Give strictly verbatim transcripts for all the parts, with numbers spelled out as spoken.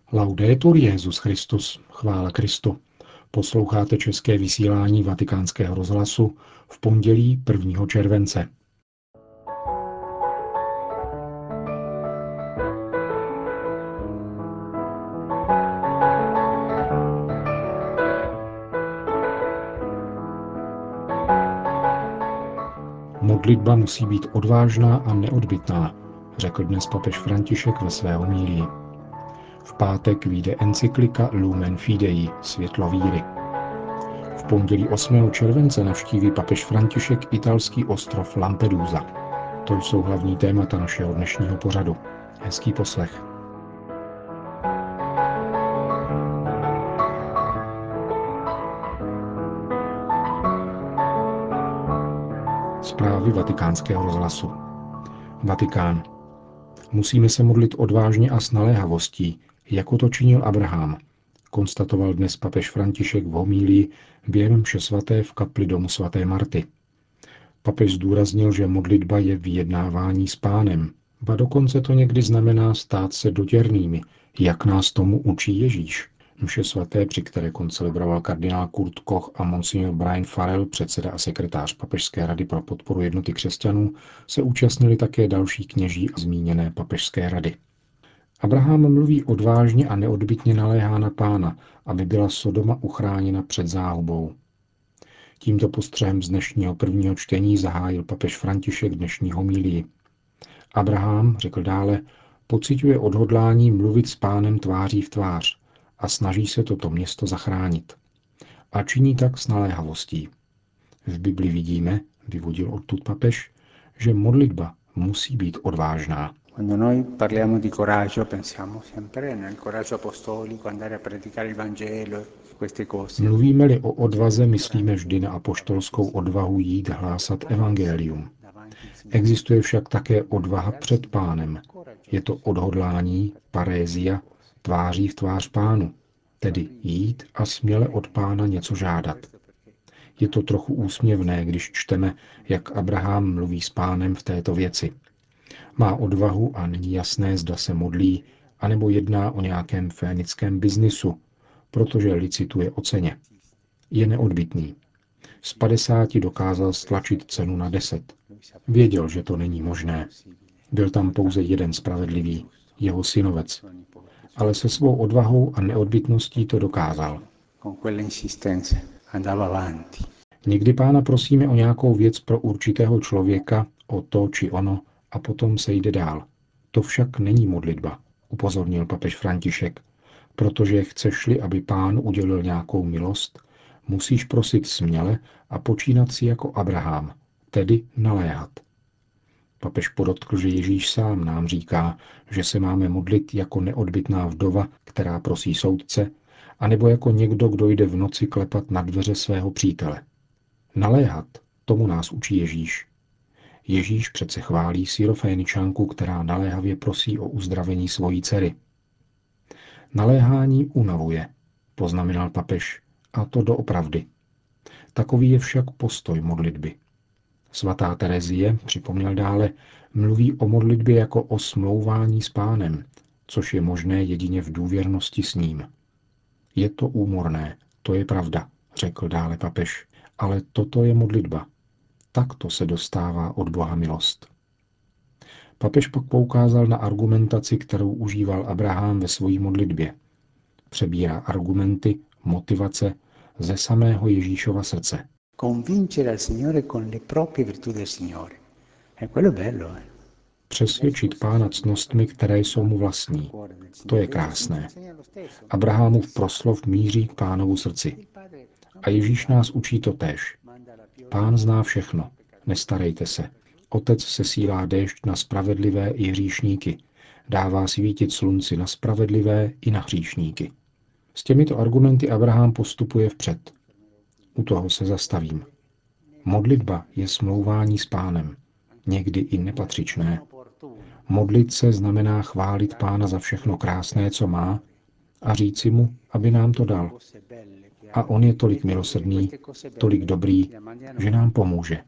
Laudetur Jesus Christus, chvála Kristu. Posloucháte české vysílání Vatikánského rozhlasu v pondělí prvního července. Modlitba musí být odvážná a neodbytná, řekl dnes papež František ve své homílii. V pátek vyjde encyklika Lumen Fidei, světlo víry. V pondělí osmého července navštíví papež František italský ostrov Lampedusa. To jsou hlavní témata našeho dnešního pořadu. Hezký poslech. Zprávy Vatikánského rozhlasu. Vatikán. Musíme se modlit odvážně a s naléhavostí, jako to činil Abraham, konstatoval dnes papež František v homílii během mše svaté v kapli domu svaté Marty. Papež zdůraznil, že modlitba je vyjednávání s Pánem, ba dokonce to někdy znamená stát se dotěrnými, jak nás tomu učí Ježíš. Mše svaté, při které koncelebroval kardinál Kurt Koch a monsignor Brian Farrell, předseda a sekretář Papežské rady pro podporu jednoty křesťanů, se účastnili také další kněží a zmíněné Papežské rady. Abraham mluví odvážně a neodbytně naléhá na Pána, aby byla Sodoma uchráněna před záhubou. Tímto postřehem z dnešního prvního čtení zahájil papež František dnešní homílii. Abraham, řekl dále, pociťuje odhodlání mluvit s Pánem tváří v tvář a snaží se toto město zachránit. A činí tak s naléhavostí. V Bibli vidíme, vyvodil odtud papež, že modlitba musí být odvážná. Quando noi parliamo di coraggio pensiamo sempre nel coraggio apostolico, andare a predicare il Vangelo, queste cose. Mluvíme-li o odvaze, myslíme vždy na apoštolskou odvahu jít hlásat evangelium. Existuje však také odvaha před Pánem. Je to odhodlání, parézia, tváří v tvář Pánu, tedy jít a směle od Pána něco žádat. Je to trochu úsměvné, když čteme, jak Abraham mluví s Pánem v této věci. Má odvahu a není jasné, zda se modlí, anebo jedná o nějakém fénickém biznisu, protože licituje o ceně. Je neodbytný. Z padesáti dokázal stlačit cenu na deset. Věděl, že to není možné. Byl tam pouze jeden spravedlivý, jeho synovec. Ale se svou odvahou a neodbytností to dokázal. Někdy Pána prosíme o nějakou věc pro určitého člověka, o to či ono, a potom se jde dál. To však není modlitba, upozornil papež František, protože chceš-li, aby Pán udělil nějakou milost, musíš prosit směle a počínat si jako Abraham, tedy naléhat. Papež podotkl, že Ježíš sám nám říká, že se máme modlit jako neodbytná vdova, která prosí soudce, anebo jako někdo, kdo jde v noci klepat na dveře svého přítele. Naléhat, tomu nás učí Ježíš. Ježíš přece chválí Syroféničanku, která naléhavě prosí o uzdravení svojí dcery. Naléhání unavuje, poznamenal papež, a to doopravdy. Takový je však postoj modlitby. Svatá Terezie, připomněl dále, mluví o modlitbě jako o smlouvání s Pánem, což je možné jedině v důvěrnosti s ním. Je to úmorné, to je pravda, řekl dále papež, ale toto je modlitba. Takto se dostává od Boha milost. Papež pak poukázal na argumentaci, kterou užíval Abraham ve své modlitbě. Přebírá argumenty, motivace ze samého Ježíšova srdce. Přesvědčit Pána ctnostmi, které jsou mu vlastní. To je krásné. Abrahamův proslov míří k Pánovu srdci. A Ježíš nás učí to též. Pán zná všechno, nestarejte se. Otec sesílá déšť na spravedlivé i hříšníky. Dává svítit slunci na spravedlivé i na hříšníky. S těmito argumenty Abraham postupuje vpřed. U toho se zastavím. Modlitba je smlouvání s Pánem, někdy i nepatřičné. Modlit se znamená chválit Pána za všechno krásné, co má, a říci mu, aby nám to dal. A on je tolik milosrdný, tolik dobrý, že nám pomůže.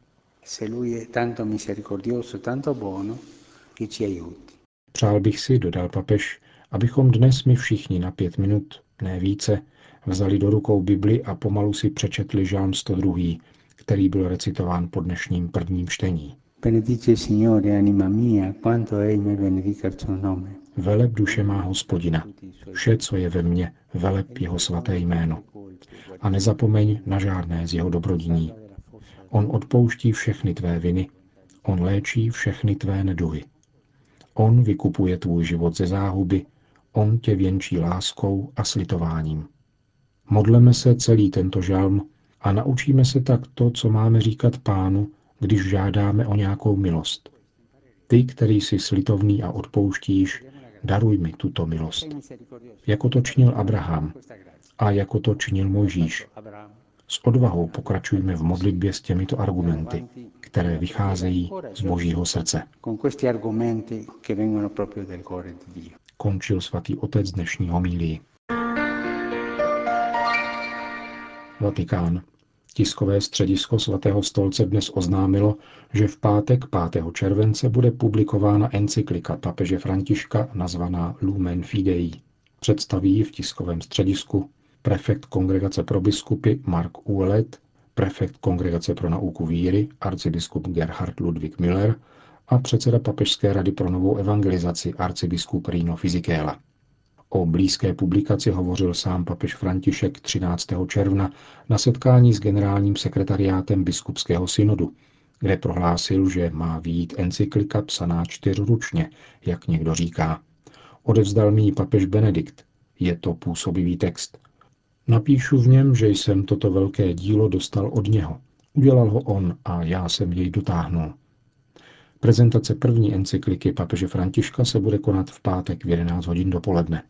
Přál bych si, dodal papež, Abychom dnes my všichni na pět minut, ne více, vzali do rukou Bibli a pomalu si přečetli žalm sto dva, který byl recitován po dnešním prvním čtení. Benedice Signore anima mia, quanto egli benedicat suo nome. Veleb duše má Hospodina, vše, co je ve mně, veleb jeho svaté jméno. A nezapomeň na žádné z jeho dobrodiní. On odpouští všechny tvé viny, on léčí všechny tvé neduhy. On vykupuje tvůj život ze záhuby, on tě věnčí láskou a slitováním. Modleme se celý tento žalm a naučíme se tak to, co máme říkat Pánu, když žádáme o nějakou milost. Ty, který jsi slitovný a odpouštíš, daruj mi tuto milost. Jako to činil Abraham a jako to činil Mojžíš. S odvahou pokračujme v modlitbě s těmito argumenty, které vycházejí z Božího srdce. Končil svatý otec dnešní homílii. Vatikán. Tiskové středisko svatého stolce dnes oznámilo, že v pátek pátého července bude publikována encyklika papeže Františka nazvaná Lumen Fidei. Představí ji v tiskovém středisku prefekt Kongregace pro biskupy Mark Ouellet, prefekt Kongregace pro nauku víry arcibiskup Gerhard Ludwig Müller a předseda Papežské rady pro novou evangelizaci arcibiskup Rino Fisichella. O blízké publikaci hovořil sám papež František třináctého června na setkání s generálním sekretariátem biskupského synodu, kde prohlásil, že má vyjít encyklika psaná čtyřručně, jak někdo říká. Odevzdal mi ji papež Benedikt. Je to působivý text. Napíšu v něm, že jsem toto velké dílo dostal od něho. Udělal ho on a já jsem jej dotáhnul. Prezentace první encykliky papeže Františka se bude konat v pátek v jedenáct hodin dopoledne.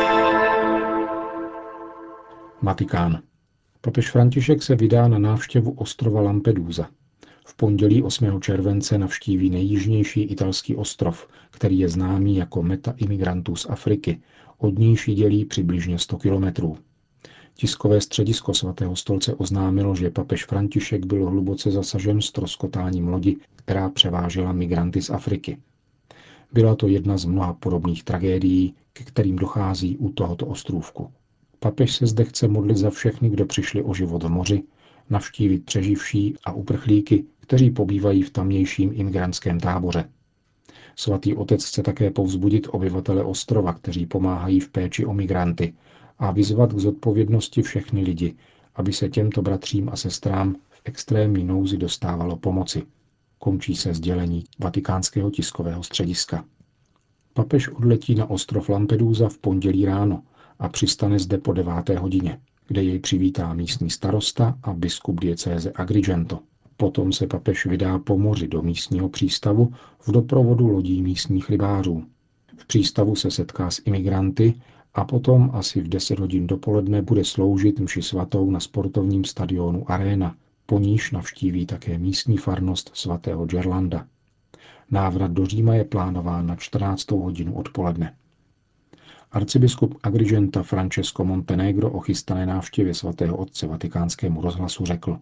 Vatikán. Papež František se vydá na návštěvu ostrova Lampedusa. V pondělí osmého července navštíví nejjižnější italský ostrov, který je známý jako meta imigrantů z Afriky, od níž ji dělí přibližně sto kilometrů. Tiskové středisko svatého stolce oznámilo, že papež František byl hluboce zasažen ztroskotáním lodi, která převážela migranty z Afriky. Byla to jedna z mnoha podobných tragédií, ke kterým dochází u tohoto ostrůvku. Papež se zde chce modlit za všechny, kdo přišli o život v moři, navštívit přeživší a uprchlíky, kteří pobývají v tamnějším imigrantském táboře. Svatý otec chce také povzbudit obyvatele ostrova, kteří pomáhají v péči o migranty, a vyzvat k zodpovědnosti všechny lidi, aby se těmto bratřím a sestrám v extrémní nouzi dostávalo pomoci. Končí se sdělení Vatikánského tiskového střediska. Papež odletí na ostrov Lampedusa v pondělí ráno a přistane zde po deváté hodině, kde jej přivítá místní starosta a biskup diecéze Agrigento. Potom se papež vydá po moři do místního přístavu v doprovodu lodí místních rybářů. V přístavu se setká s imigranty a potom asi v deset hodin dopoledne bude sloužit mši svatou na sportovním stadionu Arena, po níž navštíví také místní farnost svatého Gerlanda. Návrat do Říma je plánován na čtrnáctou hodinu odpoledne. Arcibiskup Agrigenta Francesco Montenegro o chystané návštěvě svatého otce Vatikánskému rozhlasu řekl: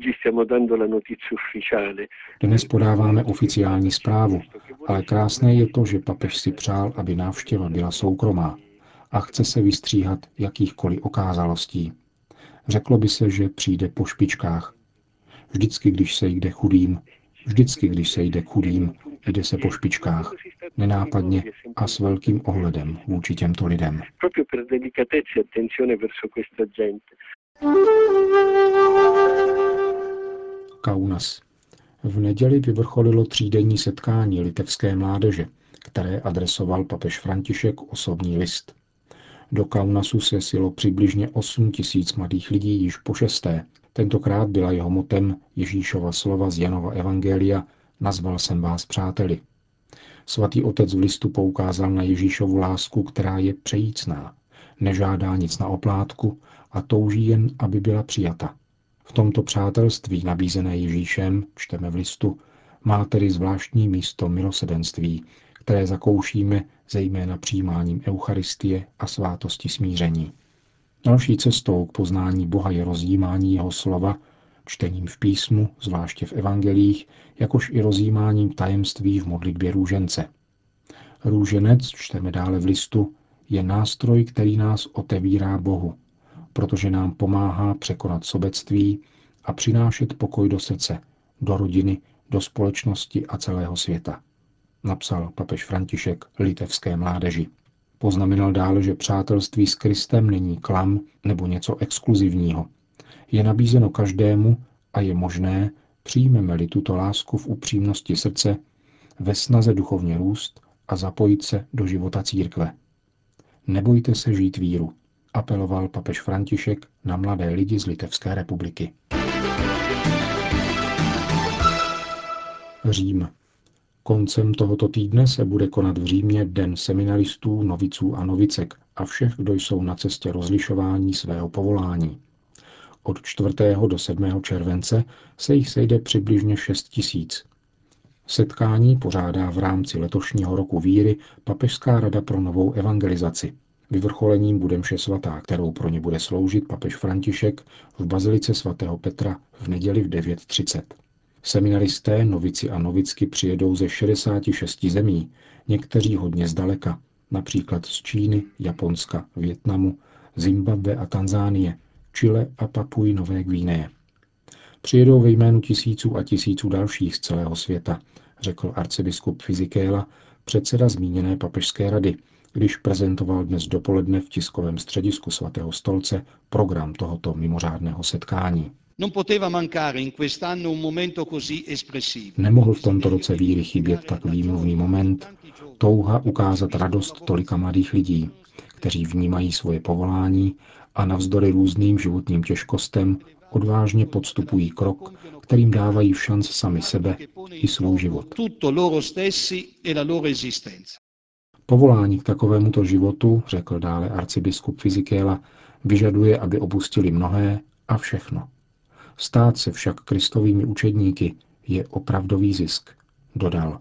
Dnes podáváme oficiální zprávu, ale krásné je to, že papež si přál, aby návštěva byla soukromá a chce se vystříhat jakýchkoliv okázalostí. Řeklo by se, že přijde po špičkách. Vždycky, když se jde chudým, vždycky, když se jde chudým, jde se po špičkách, nenápadně a s velkým ohledem vůči těmto lidem. Kaunas. V neděli vyvrcholilo třídenní setkání litevské mládeže, které adresoval papež František osobní list. Do Kaunasu se sjelo přibližně osm tisíc mladých lidí již po šesté. Tentokrát byla jeho motem Ježíšova slova z Janova evangelia: Nazval jsem vás přáteli. Svatý otec v listu poukázal na Ježíšovu lásku, která je přejícná, nežádá nic na oplátku a touží jen, aby byla přijata. V tomto přátelství nabízené Ježíšem, čteme v listu, má tedy zvláštní místo milosedenství, které zakoušíme zejména přijímáním eucharistie a svátosti smíření. Další cestou k poznání Boha je rozjímání jeho slova, čtením v písmu, zvláště v evangelích, jakož i rozjímáním tajemství v modlitbě růžence. Růženec, čteme dále v listu, je nástroj, který nás otevírá Bohu, protože nám pomáhá překonat sobectví a přinášet pokoj do srdce, do rodiny, do společnosti a celého světa, napsal papež František litevské mládeži. Poznamenal dále, že přátelství s Kristem není klam nebo něco exkluzivního. Je nabízeno každému a je možné, přijmeme-li tuto lásku v upřímnosti srdce, ve snaze duchovně růst a zapojit se do života církve. Nebojte se žít víru, apeloval papež František na mladé lidi z Litevské republiky. Řím. Koncem tohoto týdne se bude konat v Římě Den seminaristů, noviců a novicek a všech, kdo jsou na cestě rozlišování svého povolání. Od čtvrtého do sedmého července se jich sejde přibližně šest tisíc. Setkání pořádá v rámci letošního roku víry Papežská rada pro novou evangelizaci. Vyvrcholením bude mše svatá, kterou pro ně bude sloužit papež František v bazilice svatého Petra v neděli v devět třicet. Seminaristé, novici a novicky přijedou ze šedesáti šesti zemí, někteří hodně zdaleka, například z Číny, Japonska, Vietnamu, Zimbabwe a Tanzánie, Chile a Papuji Nové Guineje. Přijedou ve jménu tisíců a tisíců dalších z celého světa, řekl arcibiskup Fisichella, předseda zmíněné papežské rady, když prezentoval dnes dopoledne v tiskovém středisku svatého stolce program tohoto mimořádného setkání. Nemohl v tomto roce víry chybět tak výmluvný moment, touha ukázat radost tolika mladých lidí, kteří vnímají svoje povolání a navzdory různým životním těžkostem odvážně podstupují krok, kterým dávají v šanc sami sebe i svůj život. Povolání k takovémuto životu, řekl dále arcibiskup Fisichella, vyžaduje, aby opustili mnohé a všechno. Stát se však Kristovými učedníky je opravdový zisk, dodal.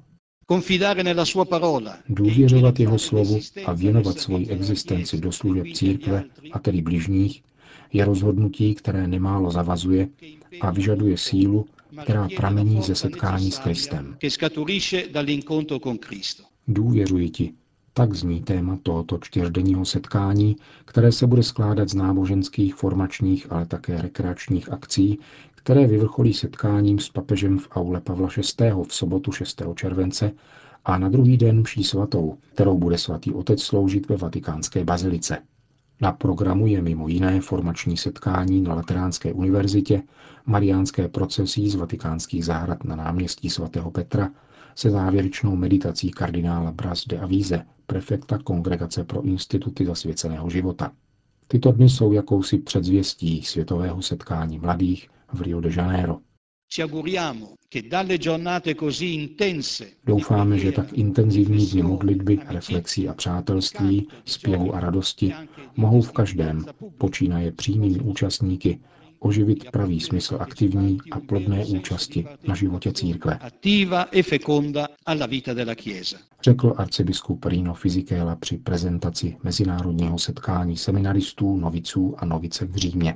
Důvěřovat jeho slovu a věnovat svoji existenci do služeb církve, a tedy bližních, je rozhodnutí, které nemálo zavazuje a vyžaduje sílu, která pramení ze setkání s Kristem. Důvěřuji ti, tak zní téma tohoto čtyřdenního setkání, které se bude skládat z náboženských, formačních, ale také rekreačních akcí, které vyvrcholí setkáním s papežem v aule Pavla šestého v sobotu šestého července a na druhý den mší svatou, kterou bude svatý otec sloužit ve vatikánské bazilice. Na programu je mimo jiné formační setkání na Lateránské univerzitě, mariánské procesí z vatikánských zahrad na náměstí svatého Petra se závěrečnou meditací kardinála Bras de Avíze, prefekta Kongregace pro instituty zasvěceného života. Tyto dny jsou jakousi předzvěstí světového setkání mladých v Rio de Janeiro. Doufáme, že tak intenzivní dny modlitby, reflexí a přátelství, zpěvu a radosti mohou v každém, počínaje přímými účastníky, oživit pravý smysl aktivní a plodné účasti na životě církve, řekl arcibiskup Rino Fisichella při prezentaci mezinárodního setkání seminaristů, noviců a novicek v Římě.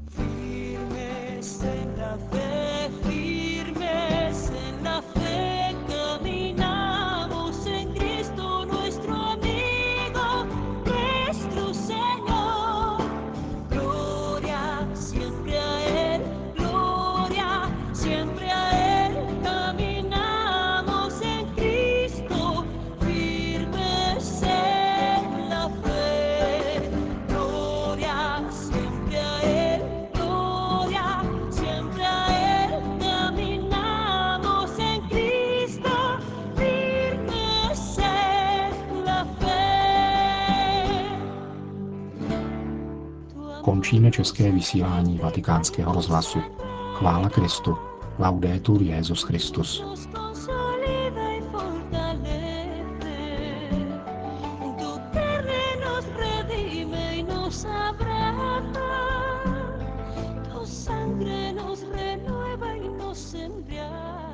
Končíme české vysílání Vatikánského rozhlasu. Chvála Kristu. Laudetur Jesus Christus. Sangre nos renueva y nos envía.